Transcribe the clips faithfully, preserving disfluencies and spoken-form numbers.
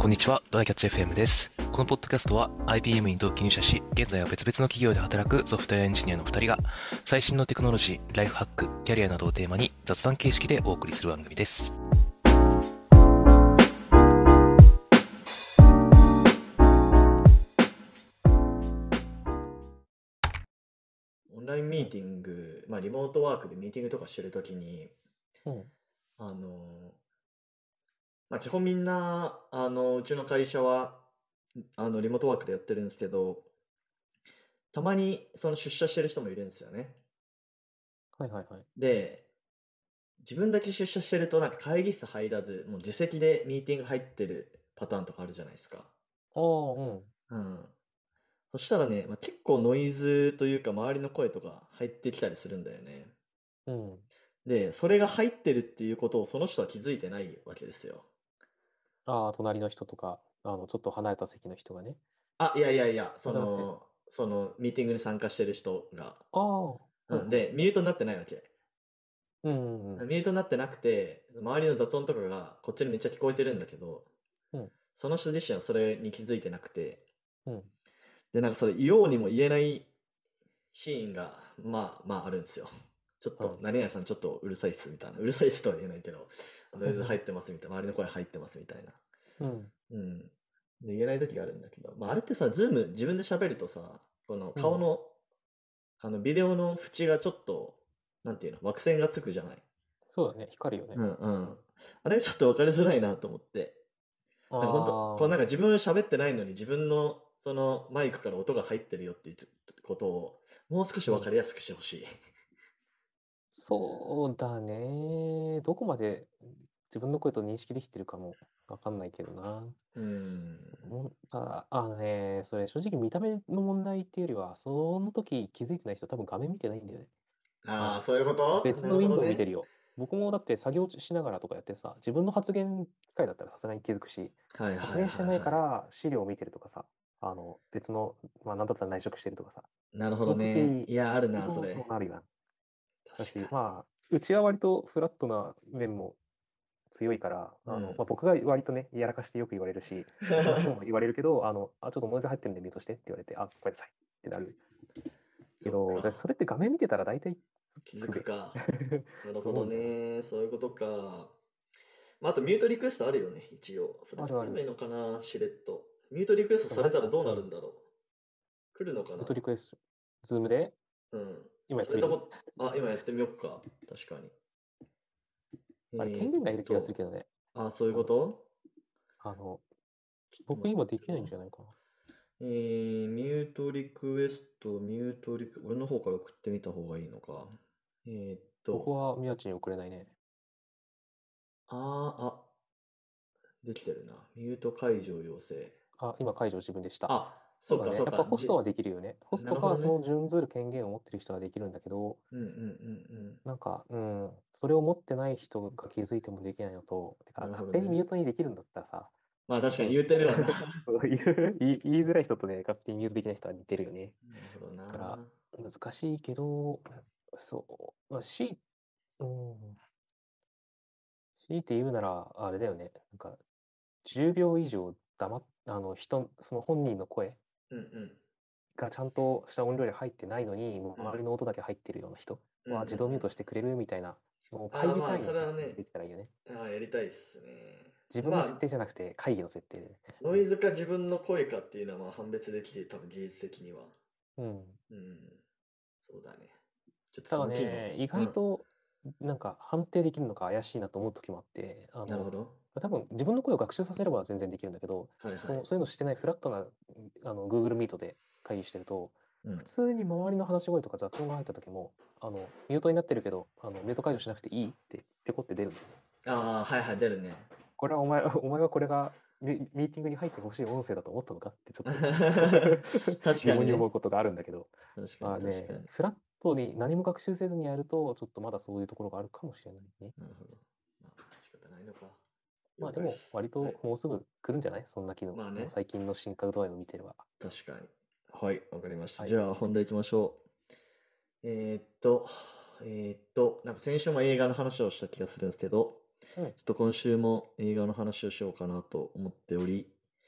こんにちは、ドライキャッチ エフエム です。このポッドキャストは アイビーエム に同期入社し、現在は別々の企業で働くソフトウェアエンジニアのふたりが、最新のテクノロジー、ライフハック、キャリアなどをテーマに雑談形式でお送りする番組です。 オンラインミーティング、まあリモートワークでミーティングとかしてるときに、 うん。 あの、まあ基本みんな、あの、うちの会社は、あの、リモートワークでやってるんですけど、たまにその出社してる人もいるんですよね。 はいはいはい。 で、自分だけ出社してるとなんか会議室入らず、もう自席でミーティング入ってるパターンとかあるじゃないですか。 ああ、うん。 うん。そしたらね、まあ、結構ノイズというか周りの声とか入ってきたりするんだよね。 うん。 で、それが入ってるっていうことをその人は気づいてないわけですよ。 ああ、隣の人とか、あの、ちょっと離れた席の人がね。 あ、いやいやいや、そあ、じゃなくて。 の、その、ミーティングに参加してる人が。 ああ、うんうん、で、ミュートになってないわけ。 うん。うんうんミュートになってなくて、周りの雑音とかがこっちにめっちゃ聞こえてるんだけど、 うん。 その人自身はそれに気づいてなくて、 うん。 で、なんかそれ言おうにも言えないシーンが、まあまああるんですよ。ちょっと、 はい。 何々さんちょっとうるさいっすみたいな。うるさいっすとは言えないけど、ノイズ入ってますみたいな。周りの声入ってますみたいな。 うん。 うん。で言えない時があるんだけど、まああれってさ、ズーム自分で喋るとさ、このうん。 顔の、あの、ビデオの縁がちょっと、なんていうの、枠線がつくじゃない。 そうだね。光るよね。 うんうん。あれちょっと分かりづらいなと思って。なんか本当、こうなんあか自分喋ってないのに自分のそのマイクから音が入ってるよっていうことをもう少しあ、うん。 分かりやすくしてほしい。 そうだね。どこまで自分の声と認識できてるかもわかんないけどな。 うーん。 もうただ、あのね、それ正直見た目の問題っていうよりは、その時気づいてない人多分画面見てないんだよね。あああ、 の、 そういうことな別のウィンるほどね。 ドウ見てるよ。僕もだって作業しながらとかやってさ、自分の発言機会だったらさすがに気づくし、 はいはい発言してないかはいはら資料を見てるとかさ、あの、別の、まあなんだったら内職してるとかさ、 い。なるほどのね。 時いや、あるな、そほどそうれ。 なるよな。だし、 確かまあ、うちは割とフラットな面も強いから、 に。 あの、 うん。 まあ、僕が割とね、やらかしてよく言われるし、他の人も言われるけど、あの、あ、ちょっとノイズ入ってるんでミュートしてって言われて、あ、ごめんなさいってなるけど、だそっか。 それって画面見てたら大体気づくべくか。なるほどと思うんだよな。 ね。そういうことか。まあ、あとミュートリクエストあるよね、一応。それあるある。 使えばいいのかな、しれっと。ミュートリクエストされたらどうなうん。 るんだろう。来るのかミューな。 トリクエスト、ズームでうん。 今やってみる。 されたこと、あ、今やってみようか。確かに。 あれ、 えーっ権限がいる気がすると、 けどね。 あ、そういうあの、 ことあのちょっと待僕今できないんってよ。 じゃないかな。 えー、ミュートリクエスト、ミュートリク、俺の方から送ってみた方がいいのか。えーっと、 僕は宮地に送れないね。 あー、あ、できてるな。ミュート解除要請。 あ、今解除自分でした。 あ、 そうだね。 そうかそうか。 やっぱホストはじ、 できるよね。ホストか、 なるほどね。 その準ずる権限を持ってる人はできるんだけど、 うんうんうんなんか、うん、それを持ってない人が気づいてもできないのと、てうん。 か、 なるほどね。 勝手にミュートにできるんだったらさ、 まあ確かにね、 言うてるわな。な言う言い言いづらい人とね、勝手にミュートできない人は似てるよね。 るほどだからな。 難しいけど、そう、まあ、し、うん、強いて言うなら、あれだよね、なんか、じゅうびょう以上黙っ、あの、人、その本人の声うんうんがちゃんとした音量で入ってないのに、もううん周りの音だけ入ってるような人うんうんうは自動ミューん。 トしてくれるみたいなのを会ああ、 議まあ単位の設定でそれはね、 できたらいいよね。 ああ、やりたいっすね。 自分の設定まあ、 じゃなくて会議の設定で。 ノイズか自分の声かっていうのはまあ判別できて、多分技術的には。 うん。 うん。そうだね。ちょっとたその機能。 だね、意うん。 外となんか判定できるのか怪しいなと思う時もあって、あの、 なるほど。 多分自分の声を学習させれば全然できるんだけど、 はいはい。 その、そういうのしてないフラットなあの Google Meet で会議してると、 うん。 普通に周りの話し声とか雑音が入った時も、あの、ミュートになってるけど、あの、ミュート解除しなくていいってペコって出るんだよね。 ああ、はいはい、出るね。 これはお前、お前はこれがミ、ミーティングに入ってほしい音声だと思ったのかってちょっと確疑問に思かにね。 うことがあるんだけど、 確かにまあね、 確かに。 フラットに何も学習せずにやると、ちょっとまだそういうところがあるかもしれないね。 なるほど。まあ、仕方ないのか。了まあでも、 解っす。 割はい。 ともうすぐ来るんじゃないそんな機能。 まあね。 もう最近の進化度合いを見てれば。 確かに。はい、わかりました。 はい。 じゃあ本題行きましょう。えーっと、えーっと、なんか先週も映画の話をした気がするんですけど、 うん。 ちょっと今週も映画の話をしようかなと思っており、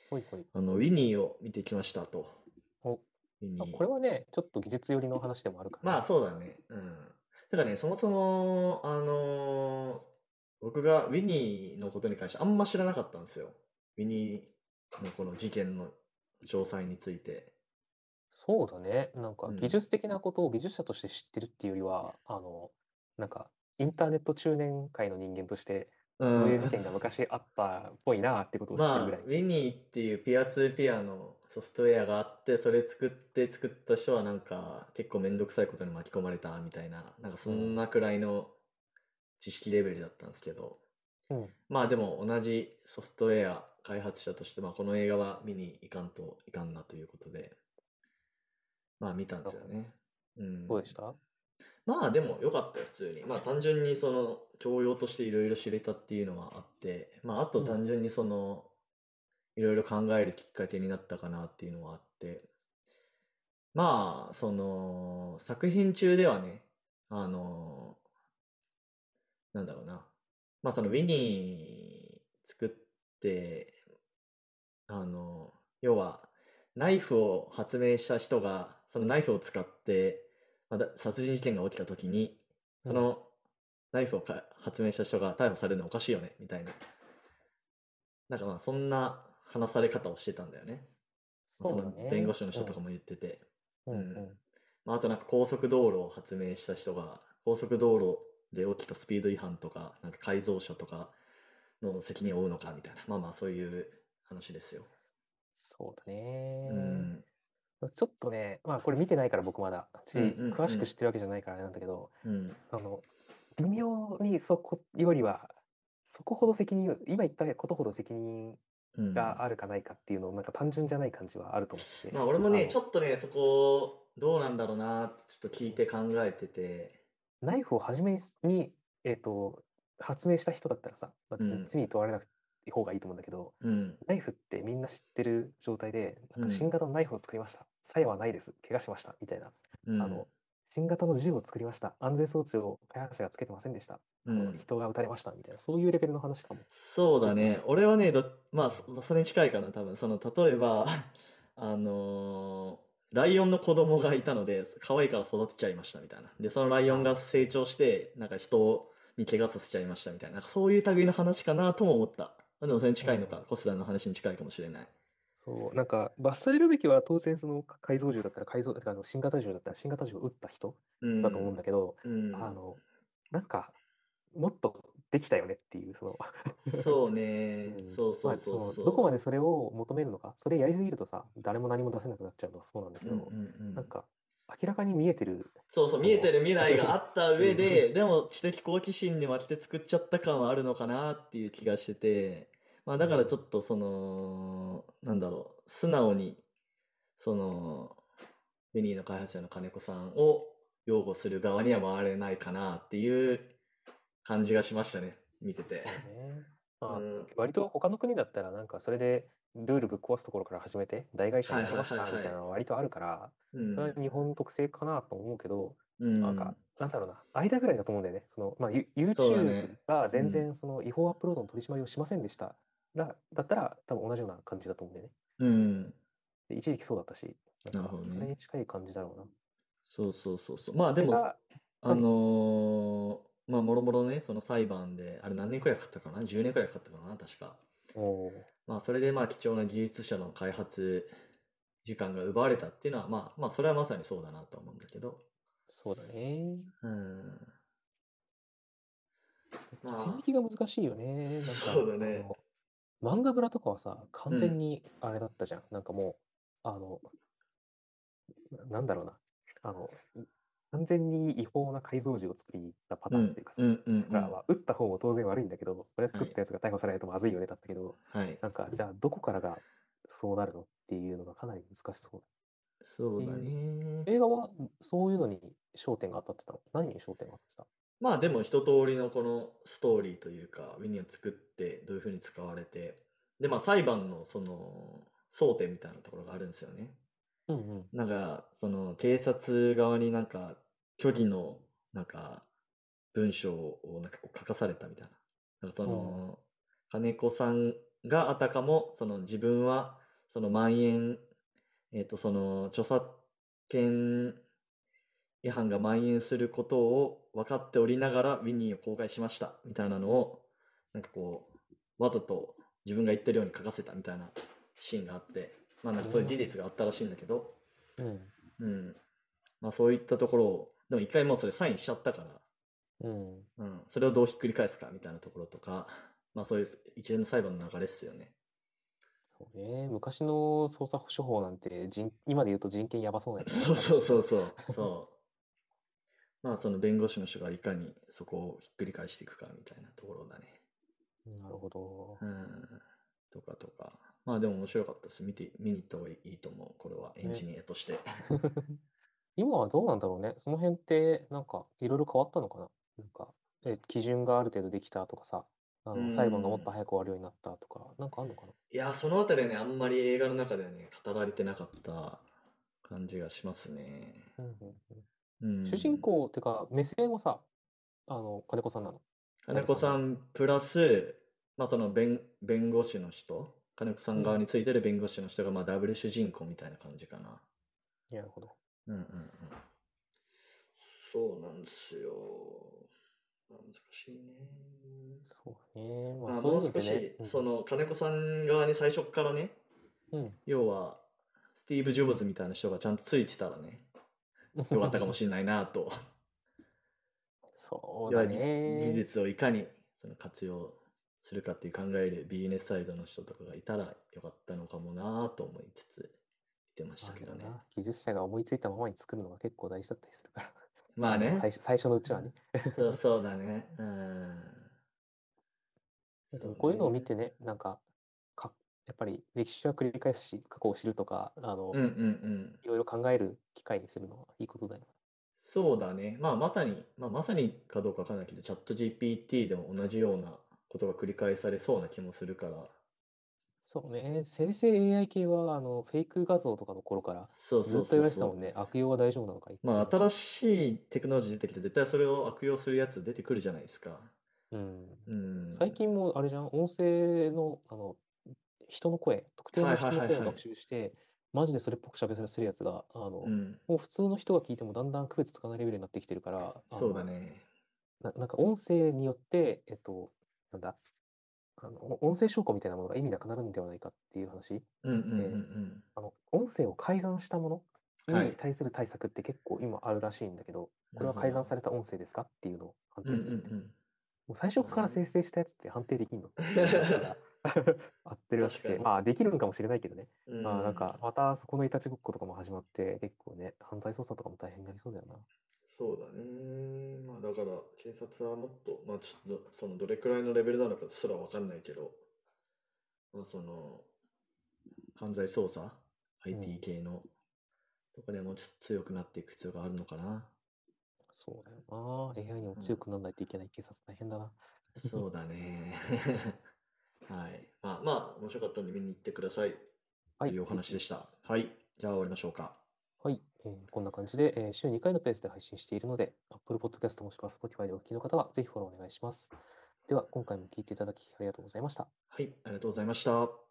ほいほい。 あの、ウィニーを見てきましたと。 お、 ウィあ、 ニー。 これはね、ちょっと技術寄りの話でもあるからまあね。 そうだね。うん。だからね、そもそも、あのー僕がウィニーのことに関してあんま知らなかったんですよ。ウィニーのこの事件の詳細について。 そうだね。なんかうん。 技術的なことを技術者として知ってるっていうよりは、あの、なんかインターネット中年界の人間として、 うんそういう事件が昔あったっぽいなってことを知ってるぐらい。 まあ、ウィニーっていうピアツーピアのソフトウェアがあって、それ作って作った人はなんか結構めんどくさいことに巻き込まれたみたいな、なんかそんなくらいの知識レベルだったんですけど、 うん。 まあでも同じソフトウェア開発者として、まあこの映画は見に行かんといかんなということで、まあ見たんですよね。うん。 どうでした？ まあでも良かったよ、普通に。まあ単純にその教養としていろいろ知れたっていうのはあって、まああとうん。 単純にそのいろいろ考えるきっかけになったかなっていうのはあって、まあその作品中ではね、あの、なんだろうな、まあそのウィニー作って、あの、要はナイフを発明した人がそのナイフを使って、まあだ殺人事件が起きた時に、 うん。 そのナイフをか発明した人が逮捕されるのおかしいよねみたいな、なんかまあそんな話され方をしてたんだよね。まあそそうのだね。 弁護士のうん。 人とかも言ってて、 うん。 うん。 うん。 まあ、あとなんか高速道路を発明した人が、高速道路で起きたスピード違反とか、なんか改造車とかの責任を負うのかみたいな、まあまあそういう話ですよ。 そうだうね。 ん。 ちょっとね、まあこれ見てないから僕まだ、 うんうし、詳しくん知ってるわけじゃないからあれなんだけど、 うん。うん。 あの、微妙にそこよりは、そこほど責任、今言ったことほど責任うんがあるかないかっていうの、なんか単純じゃない感じはあると思ってて、 まあ俺もね、ちあの、 ょっとね、そこどうなんだろうなってちょっと聞いて考えてて、 ナイフを初めに、えっと、発明した人だったらさ、まあ、別にうん。 罪に問われなくて方がいいと思うんだけど、 うん。 ナイフってみんな知ってる状態で、なんかうん。 新型のナイフを作りました。鞘はないです。怪我しました。みたいな。 うんあの、新型の銃を作りました。安全装置を開発者がつけてませんでした。あの、 うん人が撃たれました。みたいな。そういうレベルの話かも。 そうだね。 ちょっとね。 俺はね、ど、まあ、そそれに近いかな、多分。その、例えば、あのーライオンの子供がいたので、可愛いから育てちゃいましたみたいな。で、そのライオンがああ、 成長して、なんか人に怪我させちゃいましたみたいな。なんかそういう類の話かなとも思った。まあでもそれに近いのか、 うん。 コスダの話に近いかもしれない。 そう、なんか、罰されるべきは当然その改造銃だったら改造、てかあの新型銃だったら新型銃を撃った人だと思うんうん。 だけど、 うん。 あの、なんか、もっとできたよねっていう、そのそううね。 ん、 そうそうそうまあその、どこまそでそれを求めるのか、それやりすぎるとさ、誰も何も出せなくなっちゃうのはそうなんだう。うんうんけど、 うん。 なんか、明らかに見えてる、 そうそう、見えてこる未来があったう、うん、 上で、でも知的好奇心に負けて作っちゃった感はあるのかなっていう気がしてて、まあだからちょっとその、なんだろう、素直に、その、ベニーの開発者の金子さんを擁護する側には回れないかなっていう感じがしましたね、見てて。 そうね。 うまあ、 ん。 割と他の国だったら、なんかそれでルールぶっ壊すところから始めて、大会社はいはいになりましたはいはい。 みたいなのは割とあるから、それうん。 は日本特性かなと思うけど、 うなんか、 ん。 なんだろうな、間ぐらいだと思うんだよね。その、まあ、ユそうだ YouTube ね。 が全うん。 然その違法アップロードの取り締まりをしませんでしたら、だったら多分同じような感じだと思うんだよね。 うん。 で一時期そうだったし、なんなるかそれほどね。 に近い感じだろうな。 そうそうそうそう。まあでも、 それが、 あ何のーまあもろもろね、その裁判で、あれ何年くらいかかったかな？ じゅう 年くらいかかったかな確か。 おおまあそれでまあ貴重な技術者の開発時間が奪われたっていうのは、まあまあそれはまさにそうだなと思うんだけど。 ー、そうだね。 うん。 線引まきが難しいよあ、 ね。なんか、 そうだね。 あの、漫画ブラとかはさ、完全うん。 にあれだったじゃん。なんかもう、あの、ななんだろうな。あの、完全に違法な改造銃を作りたパうん。 ターンっていうかさ、 うんうんうだからん。 まあ撃った方も当然悪いんだけど、これはい。 作ったやつが逮捕されないとまずいよねだったけど、 はい。 なんかじゃあどこからがそうなるのっていうのがかなり難しそうそうだっていう。 ね。 映画はそういうのに焦点が当たってたの？何に焦点が当たってた？ まあでも一通りのこのストーリーというか、ウィニーを作ってどういうふうに使われて、でまあ裁判のその争点みたいなところがあるんですよね。 うんうん。 なんかその警察側になんか虚偽のなんか文章をなんかこう書かされたみたいな。なんかそうんの金子さんがあたかもその自分はその蔓延、えっと、その著作権違反が蔓延することを分かっておりながらウィニーを公開しましたみたいなのをなんかこうわざと自分が言ってるように書かせたみたいなシーンがあって、まあなんかそういう事実があったらしいんだけど、 うん。 うん、まあそういったところをでも一回もうそれサインしちゃったから、 うん。 うん、それをどうひっくり返すかみたいなところとか、まあそういう一連の裁判の流れですよね。 そうね。昔の捜査処方なんて人、今で言うと人権やばそうなやつばっそうそうかだし。 そうそうそうまあその弁護士の人がいかにそこをひっくり返していくかみたいなところだね。 なるほどう。んとかとかまあでも面白かったです見て見に行った方がいいと思うこれはエンジニアとして、 今はどうなんだろうね。その辺って、なんか、いろいろ変わったのかな。なんか、え、基準がある程度できたとかさ、あの、裁判がもっと早く終わるようになったとか、なんかあんのかな。 いやそのあたりはねあんまり映画の中ではね語られてなかった感じがしますね。 うんうんううん。 ん主人公ってか、目線はさ、あの、金子さんなの。 金子さんプラス、まあ、その弁弁護士の人金子さん側についてる弁護士の人がまあダブル主人公みたいな感じかな。 なるほど。 うんうんうんそうなんですよ。まあ難しいね。 そうね。まあ、 まあ、 そういうもう少のでね。 しその金子さん側に最初からね、 うん。うん。 要はスティーブ・ジョブズみたいな人がちゃんとついてたらねよかったかもしれないなと。 そうだ要はぎ技ね。 術をいかにその活用するかっていう考えるビジネスサイドの人とかがいたらよかったのかもなと思いつつ言ってましたけどね。 まあでもな、技術者が思いついたままに作るのが結構大事だったりするから。 まあねの最初最初のうちはね。 そうそうだね。うんでもこういうのを見てね、なんか、かやっぱり歴史は繰り返すし、過去を知るとか、あの、 うんうんうんいろいろ考える機会にするのはいいことだよ。 そうだね。まあまさに、まあ、まさにかどうかわからないけどチャット ジーピーティー でも同じようなことが繰り返されそうな気もするからそうね、生成 エーアイ 系は、あの、フェイク画像とかの頃からそうそうずっと言われてそうそうたもんね、悪用は大丈夫なのか言っまあちゃう新しいテクノロジー出てきて絶対それを悪用するやつ出てくるじゃないですか。 うん。 うん最近もあれじゃん、音声の、あの、人の声、特定はいはいの人のはいはい声を学習して、マジでそれっぽく喋らせるやつが、あの、 うんもう普通の人が聞いてもだんだん区別つかないレベルになってきてるから、あそうだの、 ねな、なんか音声によって、えっと、なんだ、あの、音声証拠みたいなものが意味なくなるんではないかっていう話。 うんうんうんうで、 んあの、音声を改ざんしたものはいに対する対策って結構今あるらしいんだけど、これはなるほど改ざんされた音声ですかっていうのを判うんうん定するみたいな。 うんもう最初から生成したやつって判定できんのっていう話があってるらしくて、 確かにまあできるんかもしれないけどね。 うんまあなんかまたそこのいたちごっことかも始まって結構ね、犯罪捜査とかも大変になりそうだよな。 そうだねまあだから警察はもっとまあちょっとそのどれくらいのレベルなのかすらわかんないけどまあその犯罪捜査うんアイティー 系のとかでもうちょっと強くなっていく必要があるのかな。 そうだよな。エーアイ にも強くならないといけない警察大変だな。 そうだねはい。まあまあ面白かったんで見に行ってくださいはい、 というお話でした。はい。じゃあ終わりましょうか。 はい、えーこんな感じで、えー週にかいのペースで配信しているので、Apple Podcast もしくは Spotify でお聞きの方はぜひフォローお願いします。では、今回も聞いていただきありがとうございました。 はい。ありがとうございました。